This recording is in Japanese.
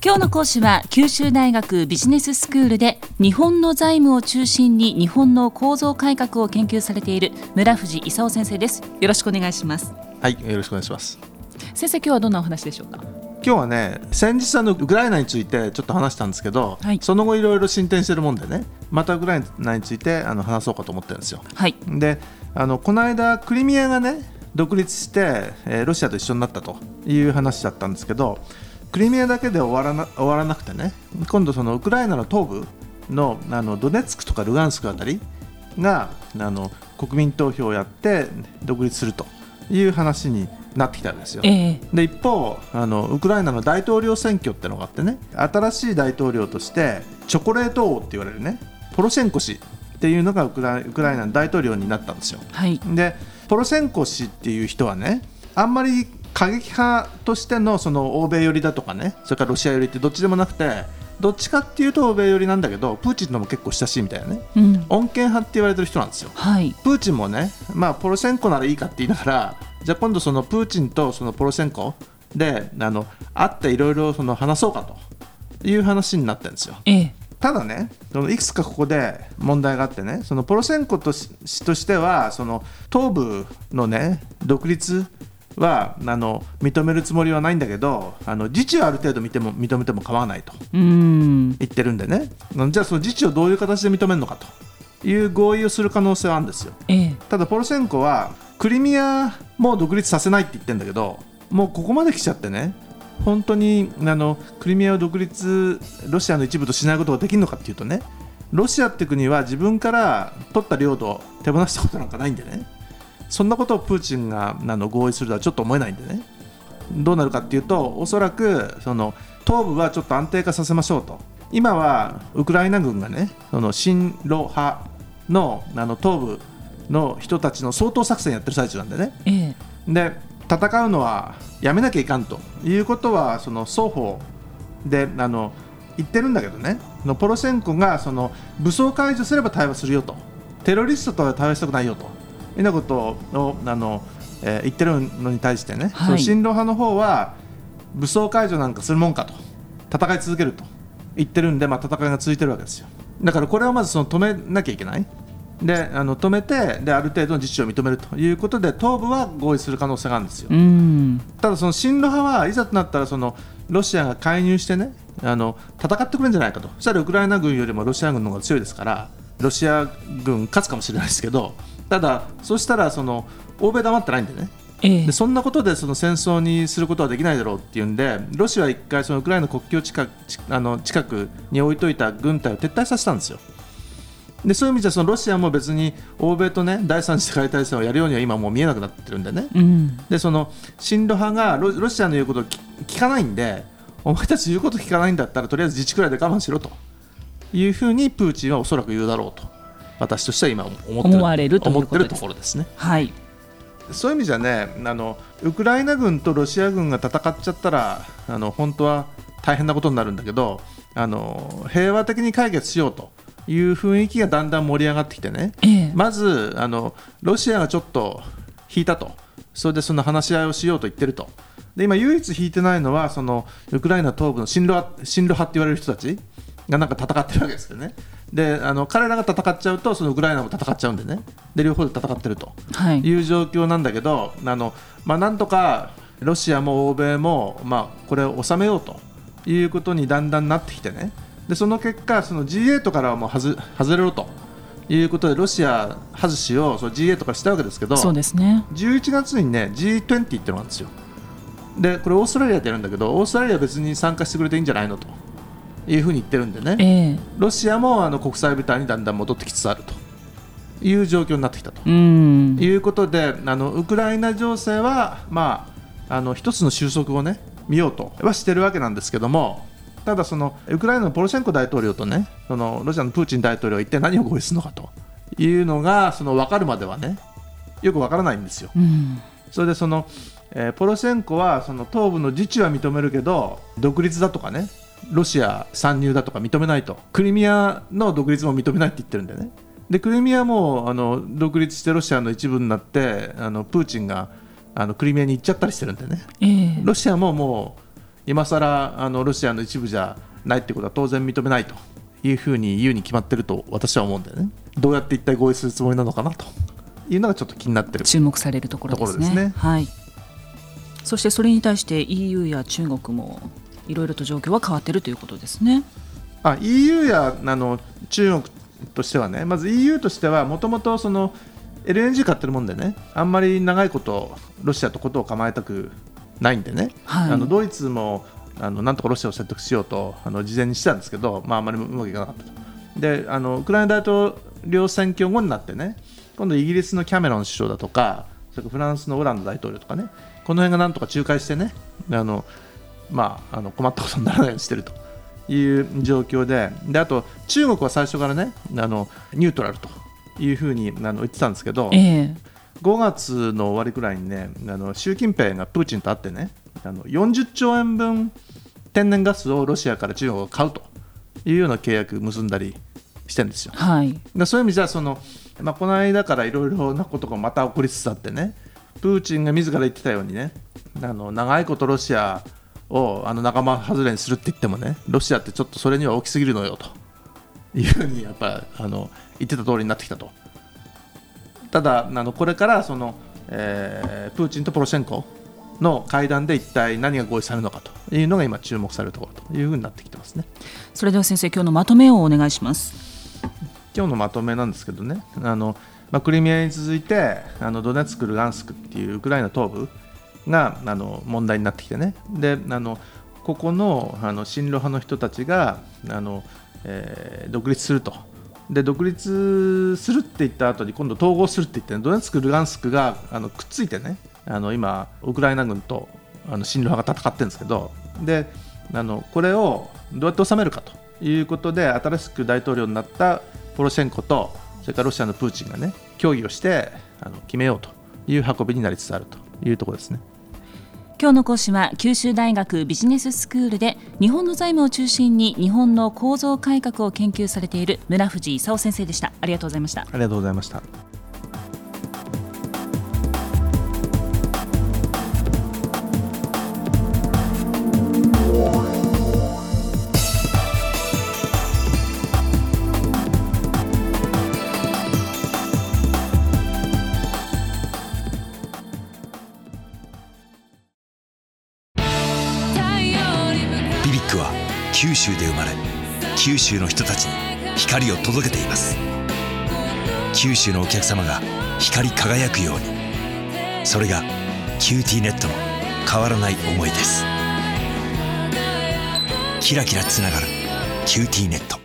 今日の講師は九州大学ビジネススクールで日本の財務を中心に日本の構造改革を研究されている村藤勲先生です。よろしくお願いします。 はい、よろしくお願いします。 先生、今日はどんなお話でしょうか。 今日はね、先日ウクライナについてちょっと話したんですけど、 はい、 その後いろいろ進展してるもんでね、またウクライナについて話そうかと思ってるんですよ。 はい、でこの間クリミアがね独立して、ロシアと一緒になったという話だったんですけど、クリミアだけで終わらなくてね、今度そのウクライナの東部の、ドネツクとかルガンスクあたりが国民投票をやって独立するという話になってきたんですよ。で一方ウクライナの大統領選挙ってのがあってね、新しい大統領としてチョコレート王って言われるねポロシェンコ氏っていうのがウクライナの大統領になったんですよ。 はい、 でポロシェンコ氏っていう人はね、あんまり過激派としてのその欧米寄りだとかね、それからロシア寄りってどっちでもなくて、どっちかっていうと欧米寄りなんだけど、プーチンとも結構親しいみたいなね、穏健派って言われてる人なんですよ。 はい、 プーチンもね、ポロシェンコならいいかって言いながら、じゃあ今度そのプーチンとそのポロシェンコで会っていろいろ話そうかという話になってるんですよ。ただね、いくつかここで問題があってね、そのポロシェンコ氏としてはその東部のね独立は認めるつもりはないんだけど、自治はある程度認めても構わないと言ってるんでね、じゃあその自治をどういう形で認めるのかという合意をする可能性はあるんですよ。ただポロシェンコはクリミアも独立させないって言ってるんだけど、もうここまで来ちゃってね、本当にクリミアを独立ロシアの一部としないことができるのかっていうとね、ロシアって国は自分から取った領土を手放したことなんかないんでね、そんなことをプーチンが合意するとはちょっと思えないんでね、どうなるかっていうと、おそらくその東部はちょっと安定化させましょうと。今はウクライナ軍がね、その親ロ派の東部の人たちの掃討作戦やってる最中なんでね、で戦うのはやめなきゃいかんということはその双方で言ってるんだけどね、ポロシェンコがその武装解除すれば対話するよと、テロリストとは対話したくないよというようなことを言ってるのに対してね、その親ロ派の方は武装解除なんかするもんかと、戦い続けると言ってるんで、戦いが続いてるわけですよ。だからこれはまず止めなきゃいけない。で止めて、である程度の自治を認めるということで東部は合意する可能性があるんですよ。ただその親ロ派はいざとなったらそのロシアが介入してね戦ってくれるんじゃないかと。そしたらウクライナ軍よりもロシア軍の方が強いですから、ロシア軍勝つかもしれないですけど、ただそうしたらその欧米黙ってないんでね、でそんなことでその戦争にすることはできないだろうっていうんで、ロシアは一回そのウクライナ国境近くに置いといた軍隊を撤退させたんですよ。でそういう意味ではそのロシアも別に欧米とね第三次世界大戦をやるようには今もう見えなくなってるんでね、でその親ロ派がロシアの言うことを聞かないんで、お前たち言うこと聞かないんだったらとりあえず自治くらいで我慢しろというふうにプーチンはおそらく言うだろうと、私としては今思ってるところですね。 はい、 そういう意味じゃね、ウクライナ軍とロシア軍が戦っちゃったら本当は大変なことになるんだけど、平和的に解決しようという雰囲気がだんだん盛り上がってきてね、まずロシアがちょっと引いたと、それでその話し合いをしようと言ってると。で今唯一引いてないのはそのウクライナ東部の親ロ派って言われる人たちがなんか戦ってるわけですけどね。で彼らが戦っちゃうとそのウクライナも戦っちゃうんでね、で両方で戦ってるという状況なんだけど、なんとかロシアも欧米も、これを収めようということにだんだんなってきてね、でその結果その G8 からはもう外れろということでロシア外しをその G8 からしたわけですけど、 そうですね、 11月にね G20 っていうのがあるんですよ。でこれオーストラリアでやるんだけど、オーストラリアは別に参加してくれていいんじゃないのというふうに言ってるんでね、ロシアも国際舞台にだんだん戻ってきつつあるという状況になってきたということで、ウクライナ情勢は、一つの収束をね見ようとはしてるわけなんですけども、ただそのウクライナのポロシェンコ大統領とねそのロシアのプーチン大統領は一体何を合意するのかというのがその分かるまではねよく分からないんですよ。それでその、ポロシェンコはその東部の自治は認めるけど独立だとかねロシア参入だとか認めないと、クリミアの独立も認めないって言ってるんでね。でクリミアも独立してロシアの一部になってプーチンがクリミアに行っちゃったりしてるんでね、ロシアももう今更ロシアの一部じゃないってことは当然認めないというふうに言うに決まってると私は思うんだよね。どうやって一体合意するつもりなのかなというのがちょっと気になってる、 注目されるところですね。はい、そしてそれに対して EU や中国もいろいろと状況は変わっているということですね。 EU や中国としてはね、まず EU としてはもともとその LNG 買ってるもんでね、あんまり長いことロシアとことを構えたくないんでね、はい、ドイツもなんとかロシアを説得しようと事前にしてたんですけど、あんまりうまくいかなかったと。でウクライナ大統領選挙後になってね、今度イギリスのキャメロン首相だとか、それからフランスのオランド大統領とかね、この辺がなんとか仲介してね、困ったことにならないようにしてるという状況で、あと中国は最初からねニュートラルというふうに言ってたんですけど、5月の終わりくらいにね習近平がプーチンと会ってね40兆円分天然ガスをロシアから中国が買うというような契約を結んだりしてるんですよ。はい、そういう意味じゃこの間からいろいろなことがまた起こりつつあってね、プーチンが自ら言ってたようにね長いことロシアを仲間外れにするって言ってもね、ロシアってちょっとそれには大きすぎるのよというふうにやっぱ言ってた通りになってきたと。ただこれからプーチンとポロシェンコの会談で一体何が合意されるのかというのが今注目されるところというふうになってきてますね。 それでは先生、今日のまとめをお願いします。 今日のまとめなんですけどね、クリミアに続いてドネツク、ルガンスクっていうウクライナ東部が問題になってきてね、でここの親ロ派の人たちが独立すると。で独立するって言った後に今度統合するって言って、ドネツク、ルガンスクがくっついてね今ウクライナ軍と親ロ派が戦ってるんですけど、でこれをどうやって収めるかということで新しく大統領になったポロシェンコとそれからロシアのプーチンがね協議をして決めようという運びになりつつあるというところですね。 今日の講師は九州大学ビジネススクールで日本の財務を中心に日本の構造改革を研究されている村藤勲先生でした。ありがとうございました。 ありがとうございました。 ビビックは九州で生まれ、九州の人たちに光を届けています。九州のお客様が光り輝くように、それがキューティーネットの変わらない思いです。キラキラつながるキューティーネット。